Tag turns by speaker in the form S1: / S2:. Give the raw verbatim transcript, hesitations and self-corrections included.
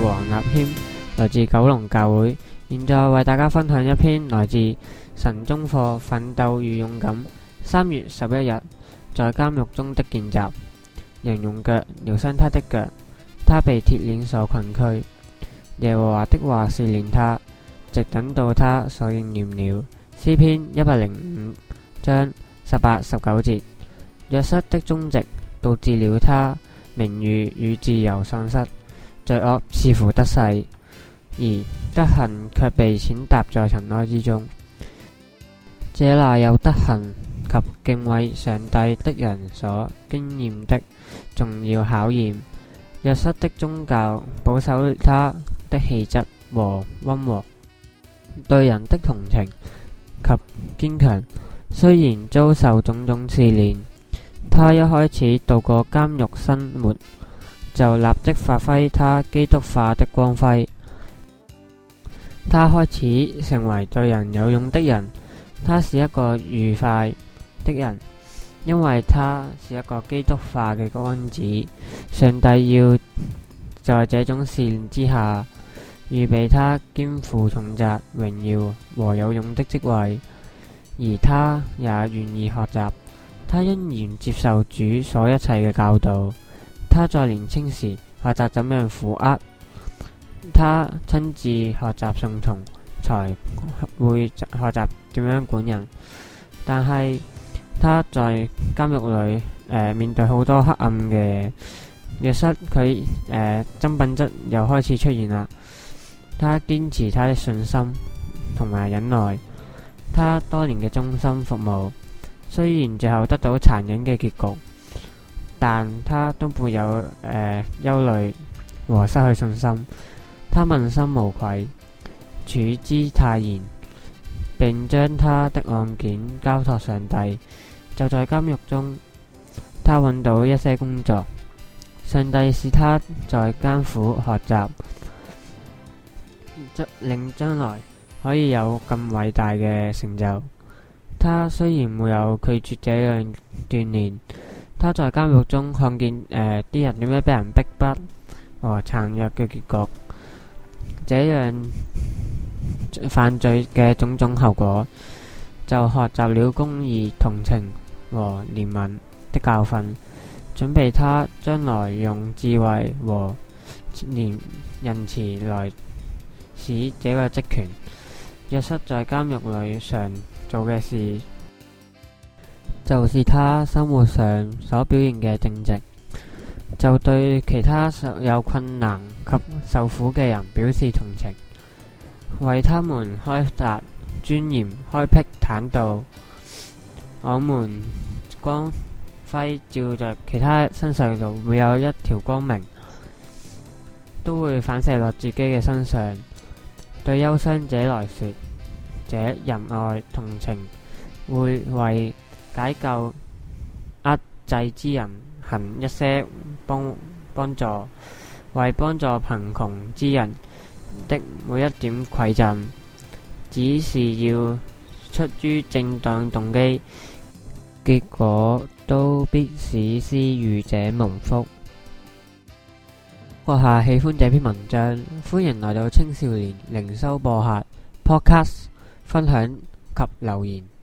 S1: 黃立謙，來自九龍教會，現在為大家分享一篇來自神中課《奮鬥與勇敢》三月十一日，在監獄中的見習。人用腳療傷他的腳，他被鐵鏈所困拘。耶和華的話試煉他，直等到他所應驗了。詩篇一百零五章十八十九節。約瑟的蹤跡導致了他名譽與自由喪失，罪惡似乎得勢，而德行卻被踐踏在塵埃之中。這乃有德行及敬畏上帝的人所經驗的重要考驗。約瑟的宗教保守他的氣質和溫和，對人的同情及堅強。雖然遭受種種試煉，他一開始度過監獄生活，就立即發揮他基督化的光輝。他開始成為對人有用的人。他是一個愉快的人，因為他是一個基督化嘅安子。上帝要在這種試煉之下，預備他肩負重責、榮耀和有用的職位，而他也願意學習。他欣然接受主所一切嘅教導。他在年輕時學習怎樣負軛，他親自學習順從，才會學習點樣管人。但係他在監獄裏、呃、面對好多黑暗嘅約瑟，佢誒真品質又開始出現啦。他堅持他的信心同埋忍耐，他多年嘅忠心服務，雖然最後得到殘忍嘅結局，但他都沒有誒、呃、憂慮和失去信心。他問心無愧，處之泰然，並將他的案件交託上帝。就在監獄中，他揾到一些工作。上帝使他在艱苦學習，令將來可以有更偉大嘅成就。他雖然沒有拒絕這樣鍛鍊，他在監獄中看見誒啲、呃、人點樣俾人逼迫和殘虐嘅結局，這樣犯罪嘅種種後果，就學習了公義、同情和憐憫的教訓，準備他將來用智慧和仁慈來使這個職權。約瑟在監獄裏常做嘅事，就是他生活上所表現嘅正直，就對其他有困難及受苦嘅人表示同情，為他們開達尊嚴，開闢坦道。我們光輝照在其他身上度，會有一條光明，都會反射落自己嘅身上。對憂傷者來說，這仁愛同情會為解救壓制之人行一些幫幫助，為幫助貧窮之人的每一點饋贈，只是要出於正當動機，結果都必使施予者蒙福。閣下喜歡這篇文章，歡迎來到青少年靈修播客 Podcast 分享及留言。